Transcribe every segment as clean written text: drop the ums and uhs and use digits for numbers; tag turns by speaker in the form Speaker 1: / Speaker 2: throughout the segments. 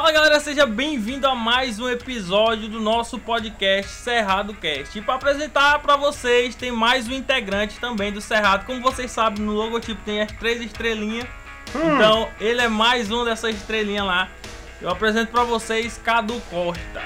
Speaker 1: Fala galera, seja bem-vindo a mais um episódio do nosso podcast Cerrado Cast. E para apresentar para vocês, tem mais um integrante também do Cerrado. Como vocês sabem, no logotipo tem as 3 estrelinhas. Então, ele é mais um dessas estrelinhas lá. Eu apresento para vocês Cadu Costa.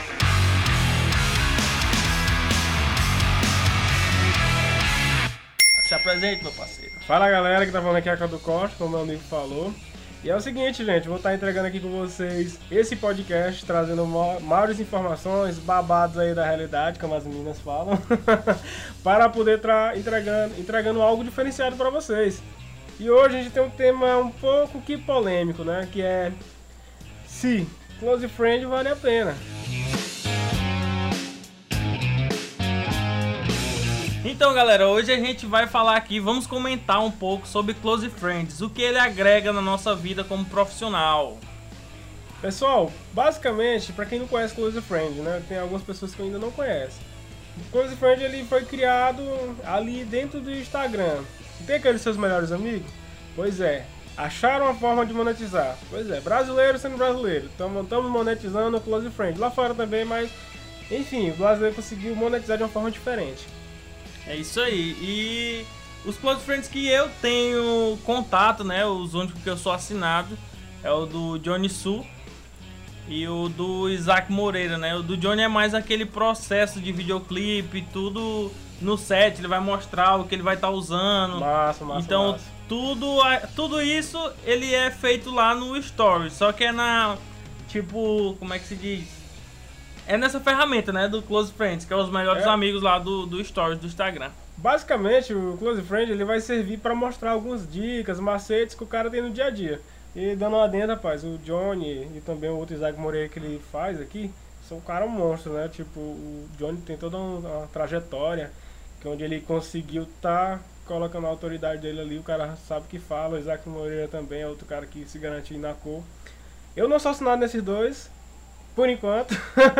Speaker 1: Se apresente, meu parceiro.
Speaker 2: Fala galera, que tá falando aqui é a Cadu Costa, como meu amigo falou. E é o seguinte, gente, vou estar entregando aqui com vocês esse podcast, trazendo maiores informações, babados aí da realidade, como as meninas falam, para poder entregando algo diferenciado para vocês. E hoje a gente tem um tema um pouco que polêmico, né? Que é se Close Friend vale a pena.
Speaker 1: Então galera, hoje a gente vai falar aqui, vamos comentar um pouco sobre Close Friends, o que ele agrega na nossa vida como profissional.
Speaker 2: Pessoal, basicamente, para quem não conhece Close Friend, né, tem algumas pessoas que ainda não conhecem. O Close Friend ele foi criado ali dentro do Instagram. Tem aqueles seus melhores amigos? Pois é, acharam uma forma de monetizar. Pois é, brasileiro sendo brasileiro, estamos monetizando o Close Friend. Lá fora também, mas enfim, o brasileiro conseguiu monetizar de uma forma diferente.
Speaker 1: É isso aí, e os Close Friends que eu tenho contato, né, os únicos que eu sou assinado, é o do Johnny Su e o do Isaac Moreira, né, o do Johnny é mais aquele processo de videoclipe, tudo no set, ele vai mostrar o que ele vai estar usando.
Speaker 2: Massa,
Speaker 1: então,
Speaker 2: massa.
Speaker 1: Tudo isso ele é feito lá no Stories, só que é na, tipo, como é que se diz? É nessa ferramenta, né, do Close Friends, que é os melhores amigos lá do Stories do Instagram.
Speaker 2: Basicamente, o Close Friend ele vai servir para mostrar algumas dicas, macetes que o cara tem no dia a dia. E dando uma adenda, rapaz, o Johnny e também o outro Isaac Moreira que ele faz aqui, são um cara monstro, né? Tipo, o Johnny tem toda uma trajetória, que onde ele conseguiu tá colocando a autoridade dele ali, o cara sabe o que fala, o Isaac Moreira também é outro cara que se garantiu na cor. Eu não sou assinado nesses dois, por enquanto,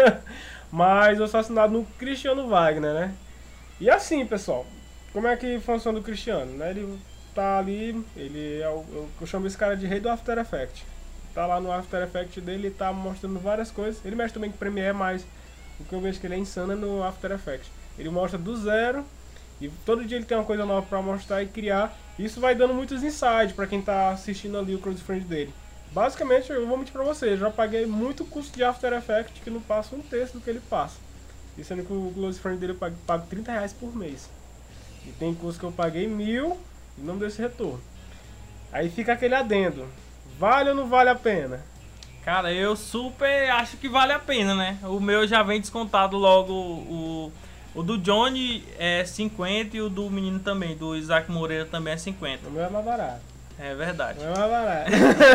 Speaker 2: mas eu sou assinado no Cristiano Wagner, né? E assim, pessoal, como é que funciona o Cristiano, né? Ele tá ali, ele é eu chamo esse cara de rei do After Effects. Tá lá no After Effects dele, tá mostrando várias coisas. Ele mexe também com Premiere, mas o que eu vejo que ele é insano é no After Effects. Ele mostra do zero e todo dia ele tem uma coisa nova pra mostrar e criar. Isso vai dando muitos insights pra quem tá assistindo ali o Close Friend dele. Basicamente, eu vou mentir pra vocês, eu já paguei muito custo de After Effects que não passa um terço do que ele passa. E sendo que o Close Friend dele eu pago R$30 por mês. E tem curso que eu paguei 1.000 e não deu esse retorno. Aí fica aquele adendo, vale ou não vale a pena?
Speaker 1: Cara, eu super acho que vale a pena, né? O meu já vem descontado logo, o do Johnny é 50 e o do menino também, do Isaac Moreira também é 50.
Speaker 2: O meu é mais barato.
Speaker 1: É verdade.
Speaker 2: O meu é mais barato.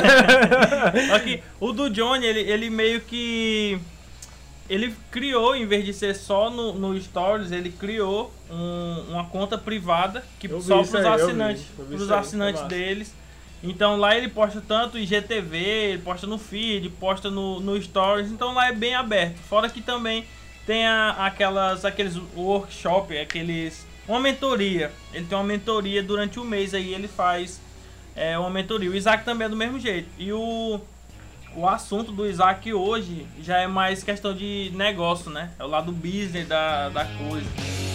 Speaker 1: Só que o do Johnny, ele meio que... Ele criou, em vez de ser só no Stories, ele criou uma conta privada que só para os assinantes deles. Então lá ele posta tanto IGTV, ele posta no feed, posta no Stories, então lá é bem aberto. Fora que também tem aqueles workshop, uma mentoria. Ele tem uma mentoria durante o mês aí, ele faz uma mentoria. O Isaac também é do mesmo jeito. E o assunto do Isaac hoje já é mais questão de negócio, né? É o lado business da coisa.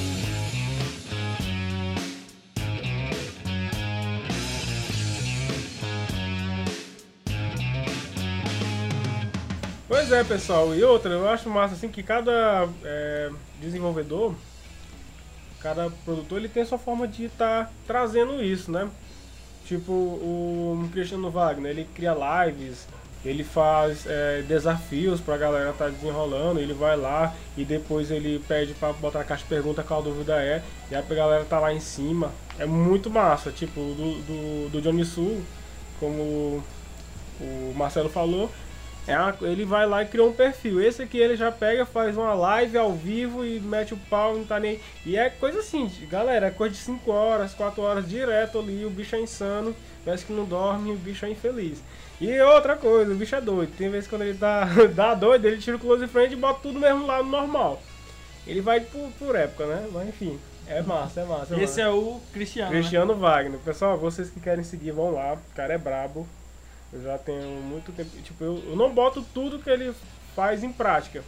Speaker 2: Pois é, pessoal, e outra, eu acho massa assim que cada desenvolvedor, cada produtor, ele tem sua forma de estar trazendo isso, né? Tipo, o Cristiano Wagner, ele cria lives, ele faz desafios pra galera estar desenrolando, ele vai lá e depois ele pede pra botar na caixa de pergunta qual a dúvida é, e a galera tá lá em cima. É muito massa, tipo, do Johnny Su, como o Marcelo falou, ele vai lá e criou um perfil. Esse aqui ele já pega, faz uma live ao vivo e mete o pau, não tá nem... E é coisa assim, galera, é coisa de 5 horas, 4 horas direto ali, o bicho é insano, parece que não dorme, o bicho é infeliz. E outra coisa, o bicho é doido, tem vezes quando ele dá doido, ele tira o Close Friend e bota tudo mesmo lá no normal. Ele vai por época, né? Mas enfim, é massa.
Speaker 1: Esse é o Cristiano,
Speaker 2: Cristiano Wagner. Pessoal, vocês que querem seguir, vão lá, o cara é brabo. Eu já tenho muito tempo. Tipo, eu não boto tudo que ele faz em prática.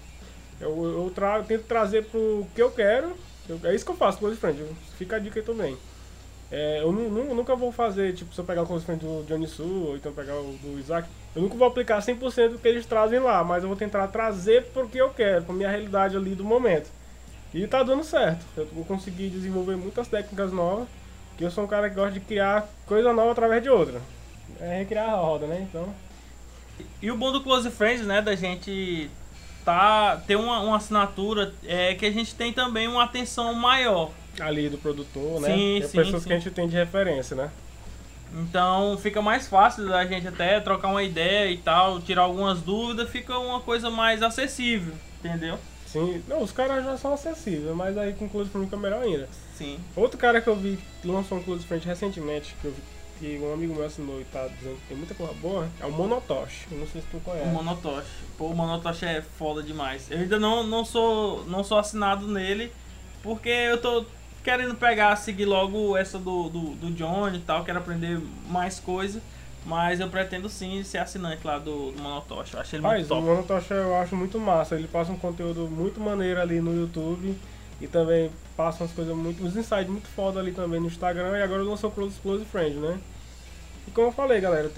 Speaker 2: Eu tento trazer pro que eu quero. É isso que eu faço com Close Friend. Fica a dica aí também. Eu nunca vou fazer, tipo, se eu pegar o Close Friend do Johnny Su ou então pegar o do Isaac, eu nunca vou aplicar 100% do que eles trazem lá, mas eu vou tentar trazer pro que eu quero, pra minha realidade ali do momento. E tá dando certo. Eu vou conseguir desenvolver muitas técnicas novas, que eu sou um cara que gosta de criar coisa nova através de outra. É recriar a roda, né? Então.
Speaker 1: E o bom do Close Friends, né, da gente ter uma assinatura, é que a gente tem também uma atenção maior.
Speaker 2: Ali do produtor, né?
Speaker 1: Sim,
Speaker 2: Tem
Speaker 1: sim,
Speaker 2: pessoas
Speaker 1: sim.
Speaker 2: que a gente tem de referência, né?
Speaker 1: Então fica mais fácil da gente até trocar uma ideia e tal, tirar algumas dúvidas, fica uma coisa mais acessível, entendeu?
Speaker 2: Sim, não, os caras já são acessíveis, mas aí com Close Friend fica melhor ainda.
Speaker 1: Sim.
Speaker 2: Outro cara que eu vi que lançou um Close Friend recentemente, que eu vi que um amigo meu assinou e tá dizendo que tem muita coisa boa, é o Monotosh. Eu não sei se tu conhece.
Speaker 1: O Monotosh. Pô, o Monotosh é foda demais. Eu ainda não sou assinado nele, porque eu tô querendo seguir logo essa do Johnny e tal, quero aprender mais coisa, mas eu pretendo sim ser assinante lá do Monotosh. Eu acho ele muito
Speaker 2: O
Speaker 1: top.
Speaker 2: Monotosh eu acho muito massa, ele passa um conteúdo muito maneiro ali no YouTube e também passa uns insights muito foda ali também no Instagram e agora lançou o Close Friend, né? E como eu falei, galera,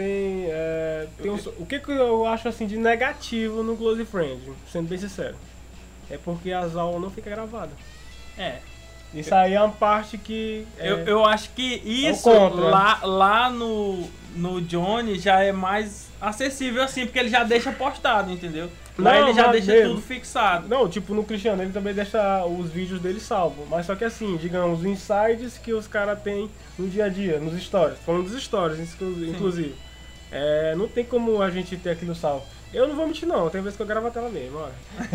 Speaker 2: o que eu acho assim de negativo no Close Friend, sendo bem sincero, é porque as aulas não ficam gravadas.
Speaker 1: É.
Speaker 2: Isso aí é uma parte que...
Speaker 1: Eu acho que isso
Speaker 2: contra.
Speaker 1: lá no Johnny já é mais acessível assim, porque ele já deixa postado, entendeu? Lá
Speaker 2: Não,
Speaker 1: ele já
Speaker 2: mas
Speaker 1: deixa
Speaker 2: mesmo.
Speaker 1: tudo fixado.
Speaker 2: Não, tipo no Cristiano, ele também deixa os vídeos dele salvos. Mas só que assim, digamos, os insights que os caras têm no dia a dia, nos stories. Falando dos stories, inclusive. Não tem como a gente ter aquilo salvo. Eu não vou mentir não, tem vezes que eu gravo a tela mesmo, olha.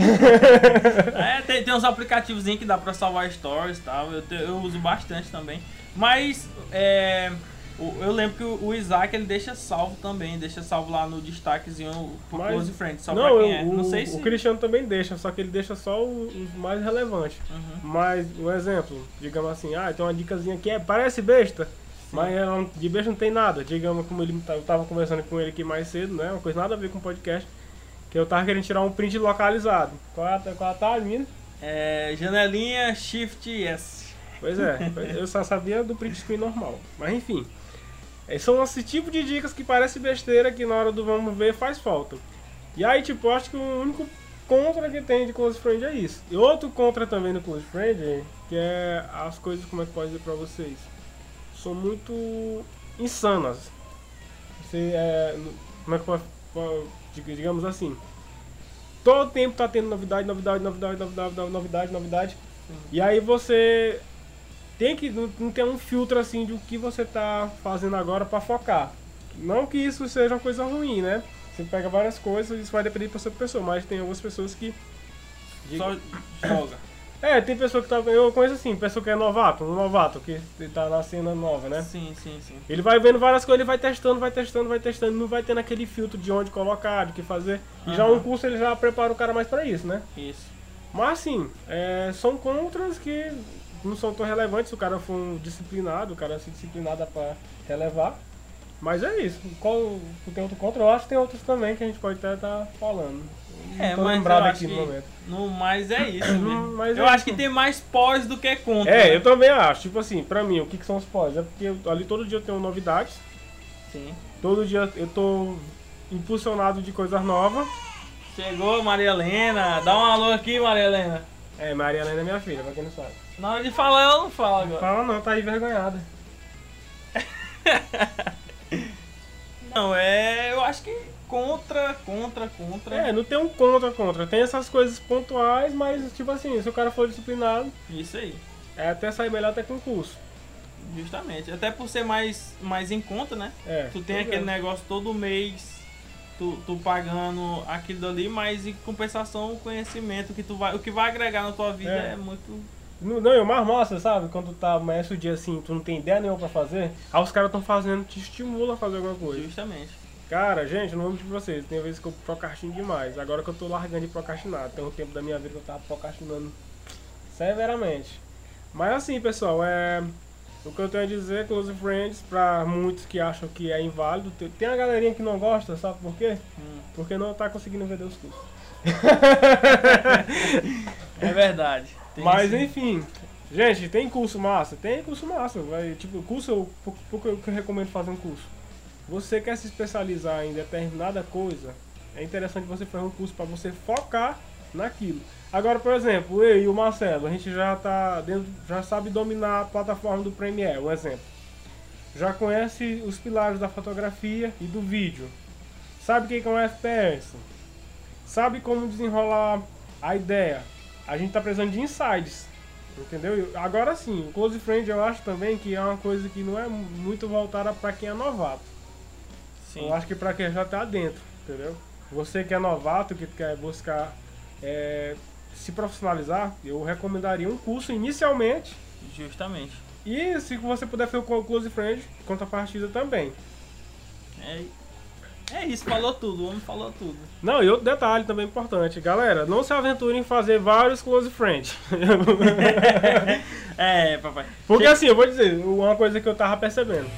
Speaker 1: Tem uns aplicativos que dá pra salvar stories e tal, eu uso bastante também. Mas eu lembro que o Isaac ele deixa salvo também, deixa salvo lá no destaquezinho pro Close Friends, só pra quem é. Não sei se...
Speaker 2: O Cristiano também deixa, só que ele deixa só os mais relevantes.
Speaker 1: Uhum.
Speaker 2: Mas, um exemplo, digamos assim, tem uma dicasinha que parece besta, mas de besta não tem nada. Digamos, como eu tava conversando com ele aqui mais cedo, né? Uma coisa nada a ver com o podcast, que eu tava querendo tirar um print localizado. Qual a mina?
Speaker 1: Janelinha Shift S.
Speaker 2: Pois é, eu só sabia do print screen normal. Mas enfim, são esse tipo de dicas que parece besteira que na hora do vamos ver faz falta. E aí, tipo, eu acho que o único contra que tem de Close Friend é isso. E outro contra também no Close Friend, que é as coisas, como é que pode dizer pra vocês? São muito insanas. Como é que pode, digamos assim, todo tempo tá tendo novidade. E aí você tem que não ter um filtro assim do que você tá fazendo agora pra focar. Não que isso seja uma coisa ruim, né? Você pega várias coisas, isso vai depender da pessoa, mas tem algumas pessoas que
Speaker 1: só joga.
Speaker 2: Tem pessoa que eu conheço assim, pessoa que é um novato que tá na cena nova, né?
Speaker 1: Sim.
Speaker 2: Ele vai vendo várias coisas, ele vai testando, não vai tendo aquele filtro de onde colocar, de que fazer. E já um curso ele já prepara o cara mais pra isso, né?
Speaker 1: Isso.
Speaker 2: Mas assim, são contras que não são tão relevantes se o cara for disciplinado, o cara se disciplinar dá pra relevar. Mas é isso. Tem outro contra? Eu acho que tem outros também que a gente pode até estar falando.
Speaker 1: Mas eu acho que no mais é isso mesmo. Eu acho que tem mais pós do que contra.
Speaker 2: Né? Eu também acho. Tipo assim, pra mim, o que são os pós? É porque ali todo dia eu tenho novidades.
Speaker 1: Sim.
Speaker 2: Todo dia eu tô impulsionado de coisas novas.
Speaker 1: Chegou Maria Helena. Dá um alô aqui, Maria Helena.
Speaker 2: Maria Helena é minha filha, pra quem não sabe.
Speaker 1: Na hora de falar, ela não fala agora.
Speaker 2: Não fala não, tá aí envergonhada.
Speaker 1: Não, eu acho que contra.
Speaker 2: Não tem um contra. Tem essas coisas pontuais, mas tipo assim, se o cara for disciplinado...
Speaker 1: Isso aí.
Speaker 2: Até sair melhor até concurso.
Speaker 1: Justamente. Até por ser mais em conta, né? Tu tem aquele negócio todo mês, tu pagando aquilo dali, mas em compensação o conhecimento o que vai agregar na tua vida é muito...
Speaker 2: Não, e o mais massa, sabe? Quando amanhece o dia assim, tu não tem ideia nenhuma pra fazer, aí os caras estão fazendo, te estimula a fazer alguma coisa.
Speaker 1: Justamente.
Speaker 2: Cara, gente, eu não vou mentir pra vocês, tem vezes que eu procrastino demais. Agora que eu tô largando de procrastinar, tem um tempo da minha vida que eu tava procrastinando severamente. Mas assim, pessoal, O que eu tenho a dizer, Close Friends, pra muitos que acham que é inválido, tem a galerinha que não gosta, sabe por quê? Porque não tá conseguindo vender os cursos.
Speaker 1: É verdade.
Speaker 2: Mas enfim, gente, tem curso massa? Tem curso massa. Tipo, curso, por que eu recomendo fazer um curso? Você quer se especializar em determinada coisa, é interessante você fazer um curso para você focar naquilo. Agora, por exemplo, eu e o Marcelo, a gente já tá dentro, já sabe dominar a plataforma do Premiere, um exemplo. Já conhece os pilares da fotografia e do vídeo. Sabe o que é um FPS. Sabe como desenrolar a ideia. A gente tá precisando de insights, entendeu? Agora sim, o Close Friend eu acho também que é uma coisa que não é muito voltada para quem é novato. Sim. Eu acho que para quem já tá dentro, entendeu? Você que é novato, que quer buscar se profissionalizar, eu recomendaria um curso inicialmente.
Speaker 1: Justamente.
Speaker 2: E se você puder fazer o Close Friend, contrapartida também.
Speaker 1: É isso, falou tudo, o homem falou tudo.
Speaker 2: Não, e outro detalhe também importante, galera, não se aventure em fazer vários Close Friends.
Speaker 1: Papai.
Speaker 2: Porque assim, eu vou dizer, uma coisa que eu tava percebendo.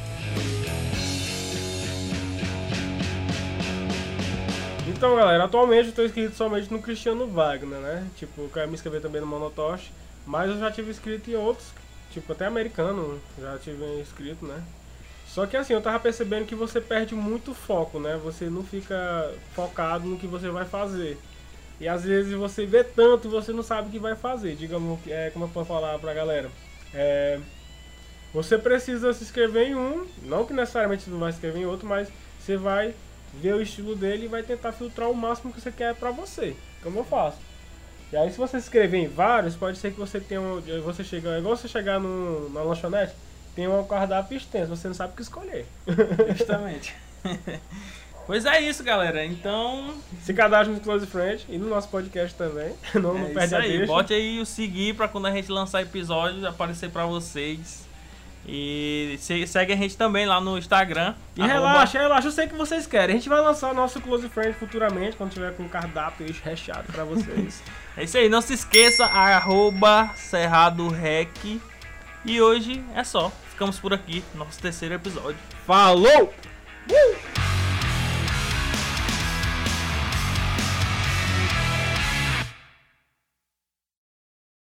Speaker 2: Então, galera, atualmente eu tô inscrito somente no Cristiano Wagner, né? Tipo, eu quero me inscrever também no Monotosh, mas eu já tive inscrito em outros, tipo, até americano, já tive inscrito, né? Só que assim, eu tava percebendo que você perde muito foco, né? Você não fica focado no que você vai fazer. E às vezes você vê tanto e você não sabe o que vai fazer. Digamos, como eu posso falar pra galera. Você precisa se inscrever em um, não que necessariamente você não vai se inscrever em outro, mas você vai ver o estilo dele e vai tentar filtrar o máximo que você quer pra você, como eu faço. E aí se você se inscrever em vários, pode ser que você tenha você chega, igual você chegar na lanchonete, tem um cardápio extenso, você não sabe o que escolher.
Speaker 1: Justamente. Pois é isso, galera. Então,
Speaker 2: se cadastre no Close Friend e no nosso podcast também. Não perde a deixa.
Speaker 1: Bote aí o seguir pra quando a gente lançar episódios aparecer pra vocês. E segue a gente também lá no Instagram.
Speaker 2: E relaxa, eu sei que vocês querem. A gente vai lançar o nosso Close Friend futuramente, quando tiver com um cardápio recheado pra vocês.
Speaker 1: É isso aí, não se esqueça, @CerradoRec. E hoje é só. Ficamos por aqui, nosso terceiro episódio.
Speaker 2: Falou!